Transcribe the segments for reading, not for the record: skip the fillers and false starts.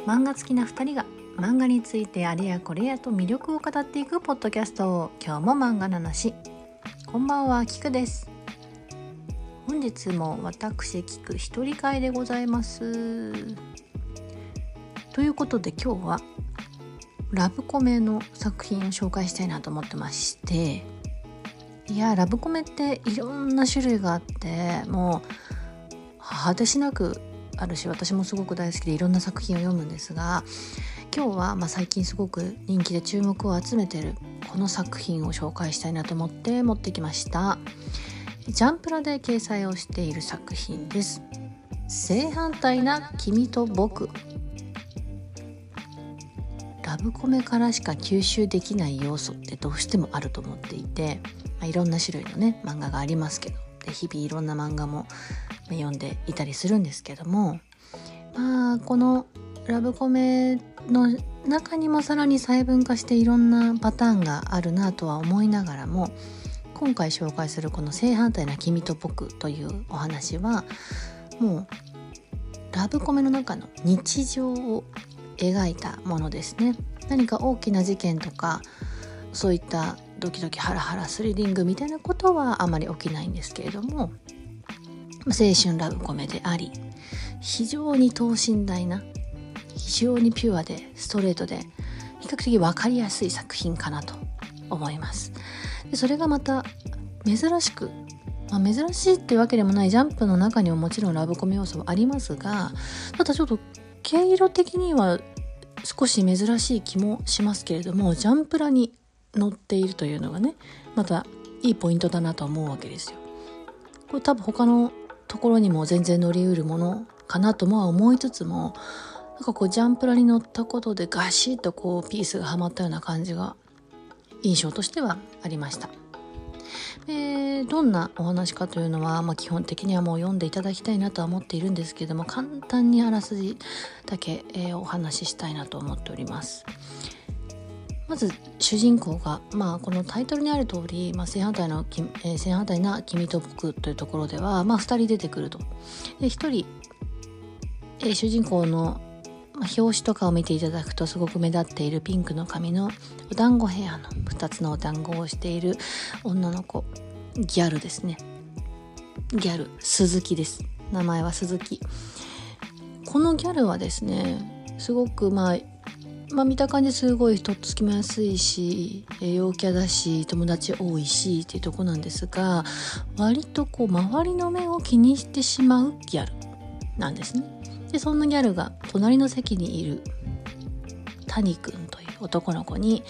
漫画好きな2人が漫画についてあれやこれやと魅力を語っていくポッドキャスト。今日も漫画の話。こんばんは、キクです。本日も私キク一人会でございます。ということで今日はラブコメの作品を紹介したいなと思ってまして、ラブコメっていろんな種類があって、もう果てしなくあるし、私もすごく大好きでいろんな作品を読むんですが、今日は最近すごく人気で注目を集めているこの作品を紹介したいなと思って持ってきました。ジャンプラで掲載をしている作品です。正反対な君と僕。ラブコメからしか吸収できない要素ってどうしてもあると思っていて、いろんな種類のね漫画がありますけど、で日々いろんな漫画も読んでいたりするんですけども、このラブコメの中にもさらに細分化していろんなパターンがあるなとは思いながらも、今回紹介するこの正反対な君と僕というお話はもうラブコメの中の日常を描いたものですね。何か大きな事件とかそういったドキドキハラハラスリリングみたいなことはあまり起きないんですけれども、青春ラブコメであり、非常に等身大な、非常にピュアでストレートで比較的分かりやすい作品かなと思います。でそれがまた珍しく、珍しいってわけでもない、ジャンプの中にももちろんラブコメ要素はありますが、ただちょっと毛色的には少し珍しい気もしますけれども、ジャンプラに載っているというのがね、またいいポイントだなと思うわけですよ。これ多分他のところにも全然乗りうるものかなとも思いつつも、ジャンプラに乗ったことでガシッとピースがはまったような感じが印象としてはありました。どんなお話かというのは、基本的にはもう読んでいただきたいなとは思っているんですけれども、簡単にあらすじだけ、お話ししたいなと思っております。まず主人公が、このタイトルにある通り、正反対な君と僕というところでは、2人出てくると。で1人、主人公の表紙とかを見ていただくとすごく目立っているピンクの髪のお団子ヘアの2つのお団子をしている女の子、ギャルですね。ギャル鈴木です。名前は鈴木。このギャルはですね、すごく見た感じすごいとっつきもやすいし、陽キャだし、友達多いしっていうとこなんですが、割と周りの目を気にしてしまうギャルなんですね。でそんなギャルが隣の席にいる谷くんという男の子に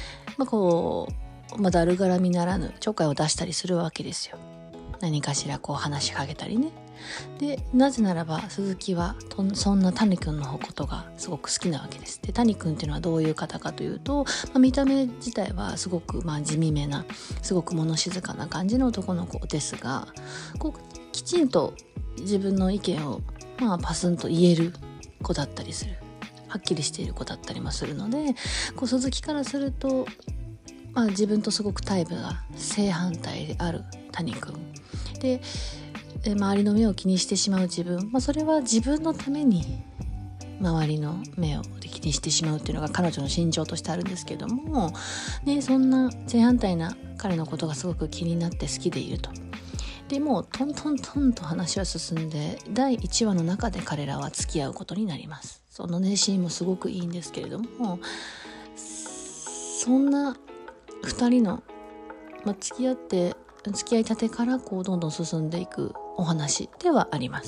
だるがらみならぬちょっかいを出したりするわけですよ。何かしら話しかけたりね。でなぜならば鈴木はそんな谷くんのことがすごく好きなわけです。で谷くんっていうのはどういう方かというと、見た目自体はすごく地味めな、すごく物静かな感じの男の子ですが、きちんと自分の意見をパスンと言える子だったりする、はっきりしている子だったりもするので、鈴木からすると、自分とすごくタイプが正反対である谷くんで、周りの目を気にしてしまう自分、それは自分のために周りの目を気にしてしまうっていうのが彼女の心情としてあるんですけども、そんな正反対な彼のことがすごく気になって好きでいると。でもうトントントンと話は進んで、第1話の中で彼らは付き合うことになります。そのシーンもすごくいいんですけれども、そんな2人の、付き合いたてからどんどん進んでいくお話ではあります。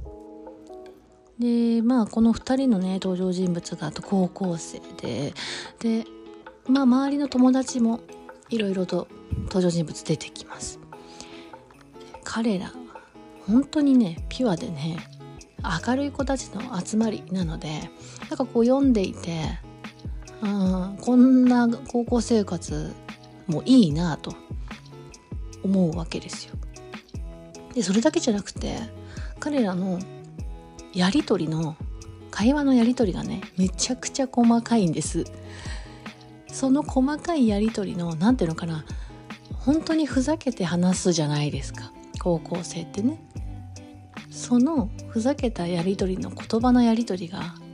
でこの2人のね登場人物が高校生で、周りの友達もいろいろと登場人物出てきます。彼らは本当にねピュアでね明るい子たちの集まりなので、読んでいて、こんな高校生活もいいなと思うわけですよ。でそれだけじゃなくて、彼らのやり取りの会話のやり取りがねめちゃくちゃ細かいんです。その細かいやり取りの本当にふざけて話すじゃないですか、高校生ってね。そのふざけたやり取りの言葉のやり取りがもう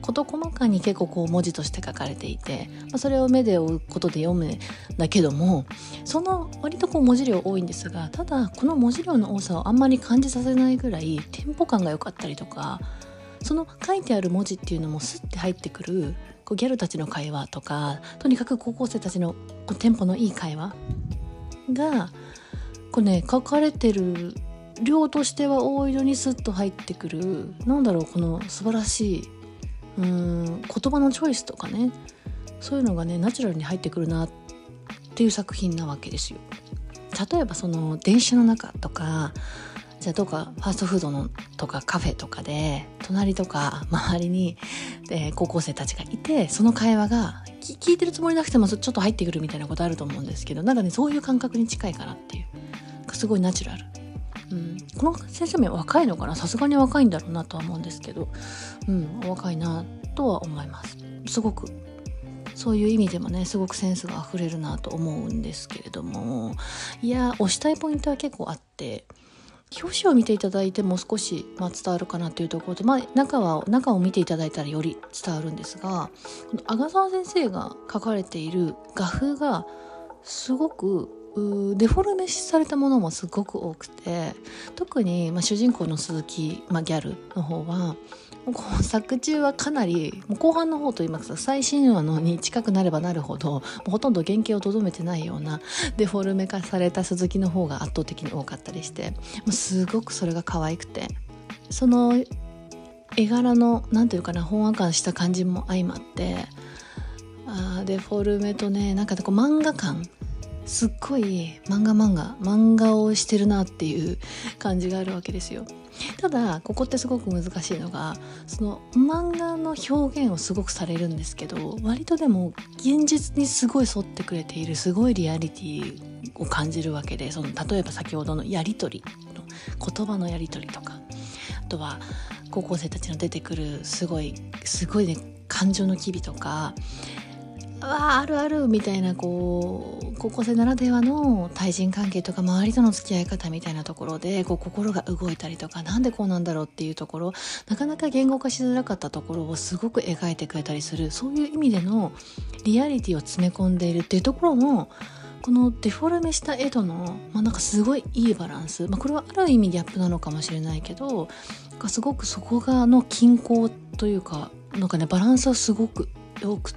事細かに結構こう文字として書かれていて、それを目で追うことで読むんだけども、その割とこう文字量多いんですが、ただこの文字量の多さをあんまり感じさせないぐらいテンポ感が良かったりとか、その書いてある文字っていうのもスッて入ってくるこうギャルたちの会話とか、とにかく高校生たちのこうテンポのいい会話がこうね、書かれてる量としては多いのにスッと入ってくる、この素晴らしい言葉のチョイスとかね、そういうのがねナチュラルに入ってくるなっていう作品なわけですよ。例えばその電車の中とか、じゃあどうかファーストフードのとかカフェとかで隣とか周りに、高校生たちがいて、その会話が聞いてるつもりなくてもちょっと入ってくるみたいなことあると思うんですけど、そういう感覚に近いかなっていう、すごいナチュラル。この先生も若いのかな、さすがに若いんだろうなとは思うんですけど、若いなとは思います。すごくそういう意味でもね、すごくセンスがあふれるなと思うんですけれども、推したいポイントは結構あって、表紙を見ていただいても少し、伝わるかなというところで、中を見ていただいたらより伝わるんですが、阿賀澤先生が書かれている画風がすごくデフォルメされたものもすごく多くて、特に、主人公の鈴木、ギャルの方は作中はかなり後半の方といいますか、最新話のに近くなればなるほどほとんど原型をとどめてないようなデフォルメ化された鈴木の方が圧倒的に多かったりして、すごくそれが可愛くて、その絵柄のほんわかした感じも相まって、デフォルメとね、漫画感、すっごい漫画をしてるなっていう感じがあるわけですよ。ただここってすごく難しいのが、その漫画の表現をすごくされるんですけど、割とでも現実にすごい沿ってくれている、すごいリアリティを感じるわけで、例えば先ほどのやり取りの言葉のやり取りとか、あとは高校生たちの出てくるすごいね感情の機微とか、あるあるみたいな、高校生ならではの対人関係とか周りとの付き合い方みたいなところで心が動いたりとか、なんでこうなんだろうっていうところ、なかなか言語化しづらかったところをすごく描いてくれたりする、そういう意味でのリアリティを詰め込んでいるっていうところのこのデフォルメした絵との、すごいいいバランス、これはある意味ギャップなのかもしれないけど、すごくそこがの均衡というか、バランスはすごく良くって、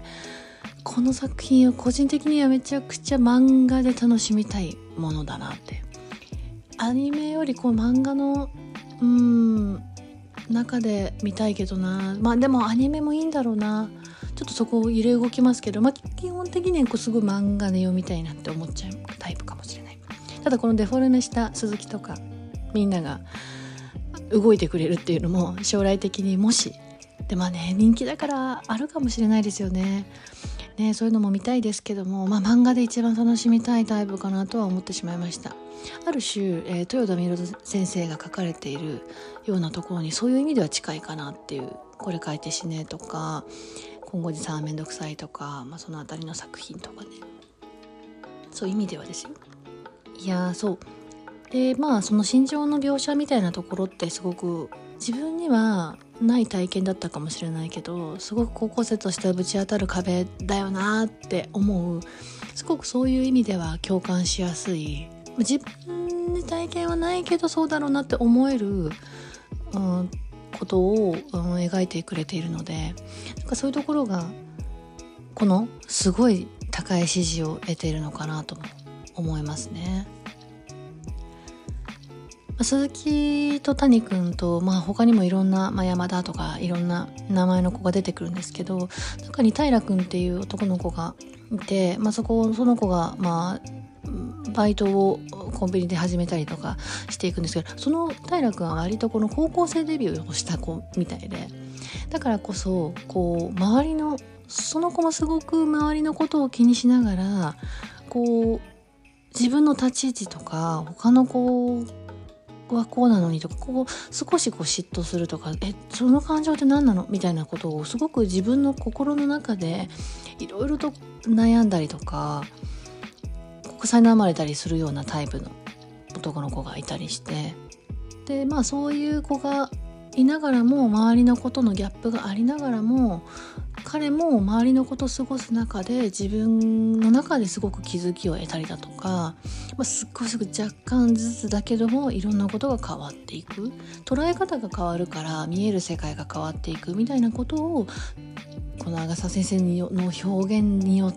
この作品は個人的にはめちゃくちゃ漫画で楽しみたいものだなって。アニメより漫画の中で見たいけどな、でもアニメもいいんだろうな、ちょっとそこを揺れ動きますけど、基本的にはすごい漫画で読みたいなって思っちゃうタイプかもしれない。ただこのデフォルメした鈴木とかみんなが動いてくれるっていうのも将来的にもしで人気だからあるかもしれないですよね。そういうのも見たいですけども、漫画で一番楽しみたいタイプかなとは思ってしまいました。ある種、豊田彌勒先生が書かれているようなところにそういう意味では近いかなっていう、これ書いて死ねとか今後さんめんどくさいとか、そのあたりの作品とかね、そういう意味ではですよ。そうで、その心情の描写みたいなところってすごく自分にはない体験だったかもしれないけど、すごく高校生としてはぶち当たる壁だよなって思う、すごくそういう意味では共感しやすい、自分に体験はないけどそうだろうなって思える、ことを、描いてくれているので、そういうところがこのすごい高い支持を得ているのかなとも思いますね。鈴木と谷くんと、他にもいろんな、山田とかいろんな名前の子が出てくるんですけど、中に平くんっていう男の子がいて、その子がバイトをコンビニで始めたりとかしていくんですけど、その平くんは割とこの高校生デビューをした子みたいで、だからこそ周りのその子もすごく周りのことを気にしながら自分の立ち位置とか他の子はこうなのにとか、少し嫉妬するとか、その感情って何なのみたいなことをすごく自分の心の中でいろいろと悩んだりとか苛まれたりするようなタイプの男の子がいたりして、でそういう子がいながらも、周りのことのギャップがありながらも、彼も周りのことを過ごす中で自分の中ですごく気づきを得たりだとか、すっごい若干ずつだけどもいろんなことが変わっていく、捉え方が変わるから見える世界が変わっていくみたいなことを、この阿賀佐先生の表現によって、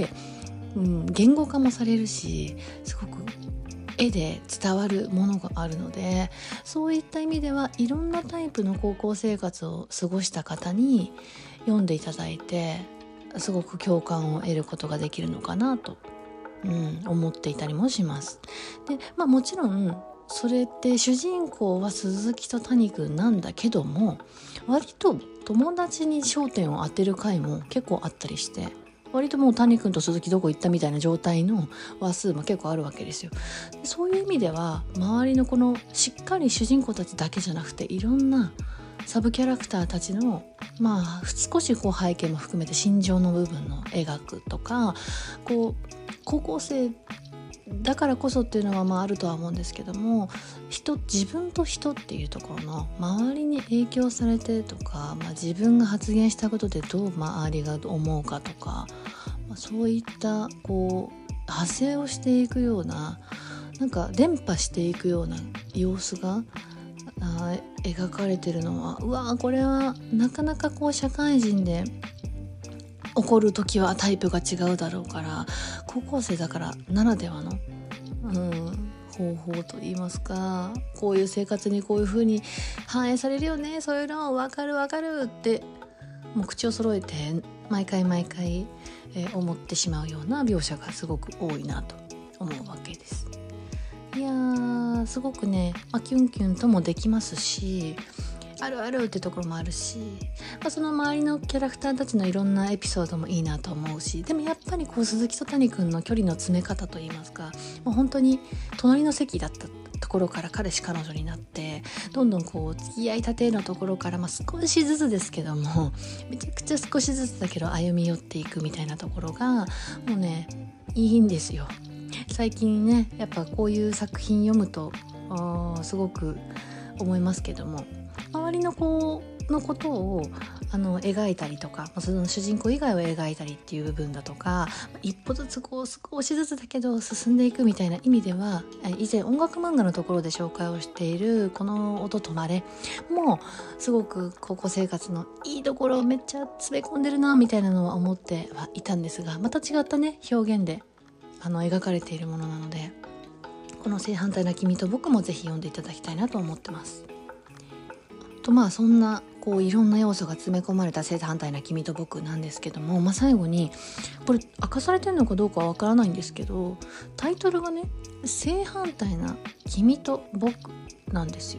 言語化もされるし、すごく絵で伝わるものがあるので、そういった意味ではいろんなタイプの高校生活を過ごした方に読んでいただいて、すごく共感を得ることができるのかなと、思っていたりもします。で、もちろんそれって主人公は鈴木と谷君なんだけども、割と友達に焦点を当てる回も結構あったりして、割ともう谷君と鈴木どこ行ったみたいな状態の話数も結構あるわけですよ。そういう意味では周りのこのしっかり主人公たちだけじゃなくて、いろんなサブキャラクターたちの少し背景も含めて心情の部分の描くとか、高校生だからこそっていうのはあるとは思うんですけども、自分と人っていうところの周りに影響されてとか、自分が発言したことでどう周りが思うかとか、そういった派生をしていくような、伝播していくような様子が描かれてるのは、これはなかなか社会人で起こる時はタイプが違うだろうから、高校生だからならではの、方法といいますか、こういう生活にこういう風に反映されるよね、そういうの分かるってもう口を揃えて毎回、思ってしまうような描写がすごく多いなと思うわけです。いやー、すごくね、キュンキュンともできますし、あるあるってところもあるし、その周りのキャラクターたちのいろんなエピソードもいいなと思うし、でもやっぱり鈴木と谷くんの距離の詰め方といいますか、もう本当に隣の席だったところから彼氏彼女になって、どんどん付き合いたてのところから、少しずつですけども、めちゃくちゃ少しずつだけど歩み寄っていくみたいなところがもうね、いいんですよ。最近ね、やっぱこういう作品読むとすごく思いますけども、周りの子のことを描いたりとか、その主人公以外を描いたりっていう部分だとか、一歩ずつ少しずつだけど進んでいくみたいな意味では、以前音楽漫画のところで紹介をしているこの音止まれもすごく高校生活のいいところをめっちゃ詰め込んでるなみたいなのは思ってはいたんですが、また違ったね表現で描かれているものなので、この正反対な君と僕もぜひ読んでいただきたいなと思ってます。とそんないろんな要素が詰め込まれた正反対な君と僕なんですけども、最後にこれ明かされてるのかどうかはわからないんですけど、タイトルがね、正反対な君と僕なんですよ。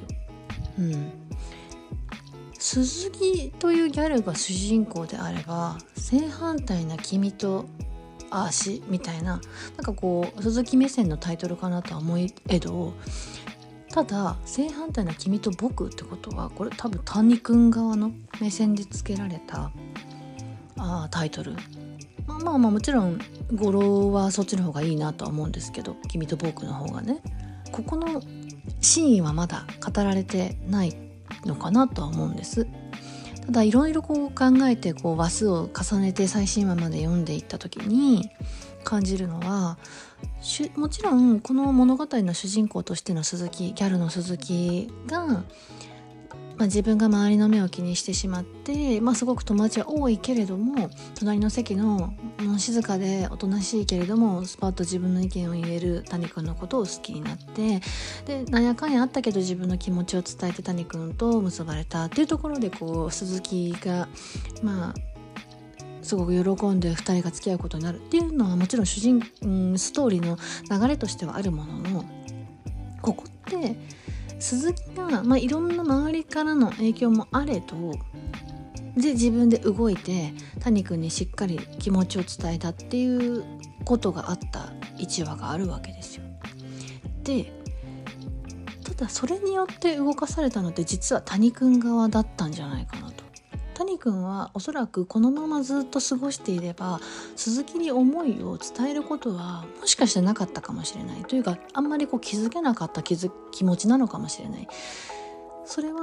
鈴木というギャルが主人公であれば、正反対な君と足みたいな、鈴木目線のタイトルかなとは思えど、ただ正反対な君と僕ってことは、これ多分谷くん側の目線で付けられたタイトル。もちろん語呂はそっちの方がいいなとは思うんですけど、君と僕の方がね、ここの真意はまだ語られてないのかなとは思うんです。ただいろいろ考えて話数を重ねて最新話まで読んでいった時に感じるのは、もちろんこの物語の主人公としてのギャルの鈴木が、自分が周りの目を気にしてしまって、すごく友達は多いけれども、隣の席の静かでおとなしいけれどもスパッと自分の意見を言える谷くんのことを好きになって、でなんやかんやあったけど自分の気持ちを伝えて谷くんと結ばれたっていうところで、鈴木がすごく喜んで2人が付き合うことになるっていうのはもちろんストーリーの流れとしてはあるものの、ここって鈴木が、いろんな周りからの影響もあれどで自分で動いて谷君にしっかり気持ちを伝えたっていうことがあった1話があるわけですよ。でただそれによって動かされたのって実は谷君側だったんじゃないかなと。谷君はおそらくこのままずっと過ごしていれば鈴木に思いを伝えることはもしかしてなかったかもしれないというか、あんまり気づけなかった気持ちなのかもしれない。それは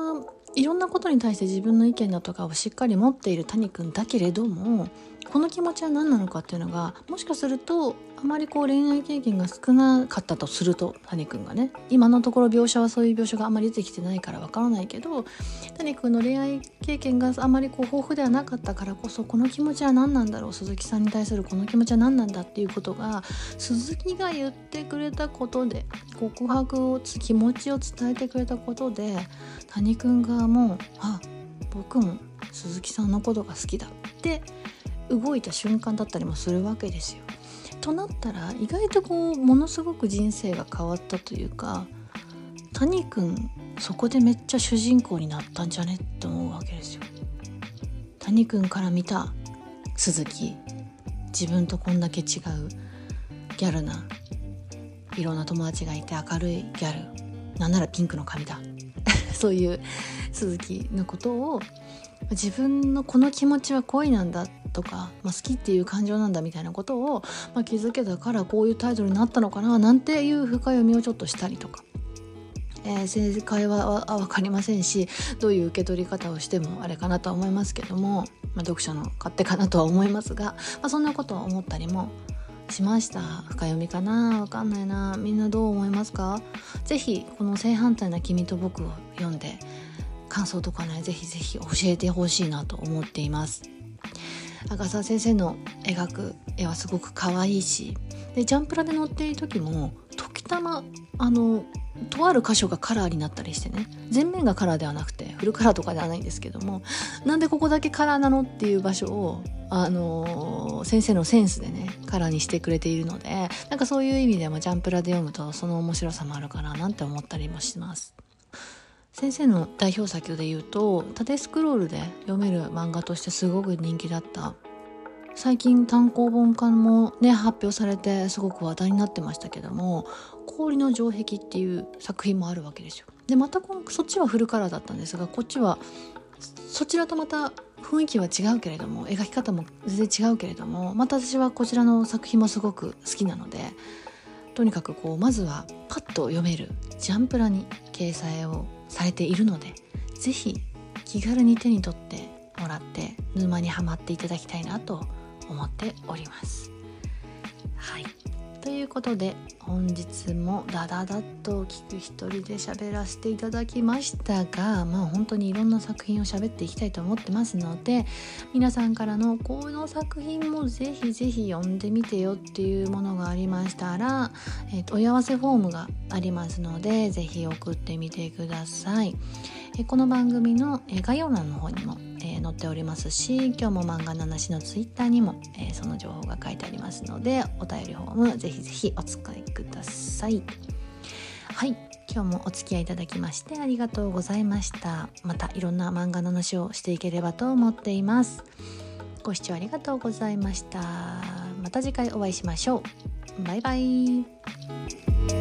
いろんなことに対して自分の意見だとかをしっかり持っている谷くんだけれども、この気持ちは何なのかっていうのが、もしかするとあまり恋愛経験が少なかったとすると、谷くんがね、今のところ描写はそういう描写があまり出てきてないからわからないけど、谷くんの恋愛経験があまり豊富ではなかったからこそ、この気持ちは何なんだろう、鈴木さんに対するこの気持ちは何なんだっていうことが鈴木が言ってくれたことで、告白を気持ちを伝えてくれたことで、谷くんがもう僕も鈴木さんのことが好きだって動いた瞬間だったりもするわけですよ。となったら意外とものすごく人生が変わったというか、谷くんそこでめっちゃ主人公になったんじゃねって思うわけですよ。谷くんから見た鈴木、自分とこんだけ違うギャルな、いろんな友達がいて明るいギャル、なんならピンクの髪だそういう鈴木のことを、自分のこの気持ちは恋なんだとか、好きっていう感情なんだみたいなことを、気づけたからこういうタイトルになったのかななんていう深読みをちょっとしたりとか、正解は分かりませんし、どういう受け取り方をしてもあれかなとは思いますけども、読者の勝手かなとは思いますが、そんなことを思ったりもしました。深読みかな、分かんないな。みんなどう思いますか？ぜひこの正反対な君と僕を読んで感想とかね、ぜひぜひ教えてほしいなと思っています。赤澤先生の描く絵はすごく可愛いし、でジャンプラで載っている時も時たまとある箇所がカラーになったりしてね、全面がカラーではなくてフルカラーとかではないんですけども、なんでここだけカラーなのっていう場所を先生のセンスでねカラーにしてくれているので、なんかそういう意味でもジャンプラで読むとその面白さもあるかななんて思ったりもします。先生の代表作で言うと、縦スクロールで読める漫画としてすごく人気だった、最近単行本化もね発表されてすごく話題になってましたけども、氷の城壁っていう作品もあるわけですよ。でまたそっちはフルカラーだったんですが、こっちはそちらとまた雰囲気は違うけれども、描き方も全然違うけれども、また私はこちらの作品もすごく好きなので、とにかくまずはパッと読めるジャンプラに掲載をされているので、ぜひ気軽に手に取ってもらって沼にはまっていただきたいなと思っております。はい、ということで本日もダダダッと聞く一人で喋らせていただきましたが、本当にいろんな作品を喋っていきたいと思ってますので、皆さんからのこの作品もぜひぜひ読んでみてよっていうものがありましたら、問い合わせフォームがありますので、ぜひ送ってみてください。この番組の概要欄の方にも載っておりますし、今日も漫画の話のツイッターにもその情報が書いてありますので、お便りフォームぜひぜひお使いください。はい、今日もお付き合いいただきましてありがとうございました。またいろんな漫画の話をしていければと思っています。ご視聴ありがとうございました。また次回お会いしましょう。バイバイ。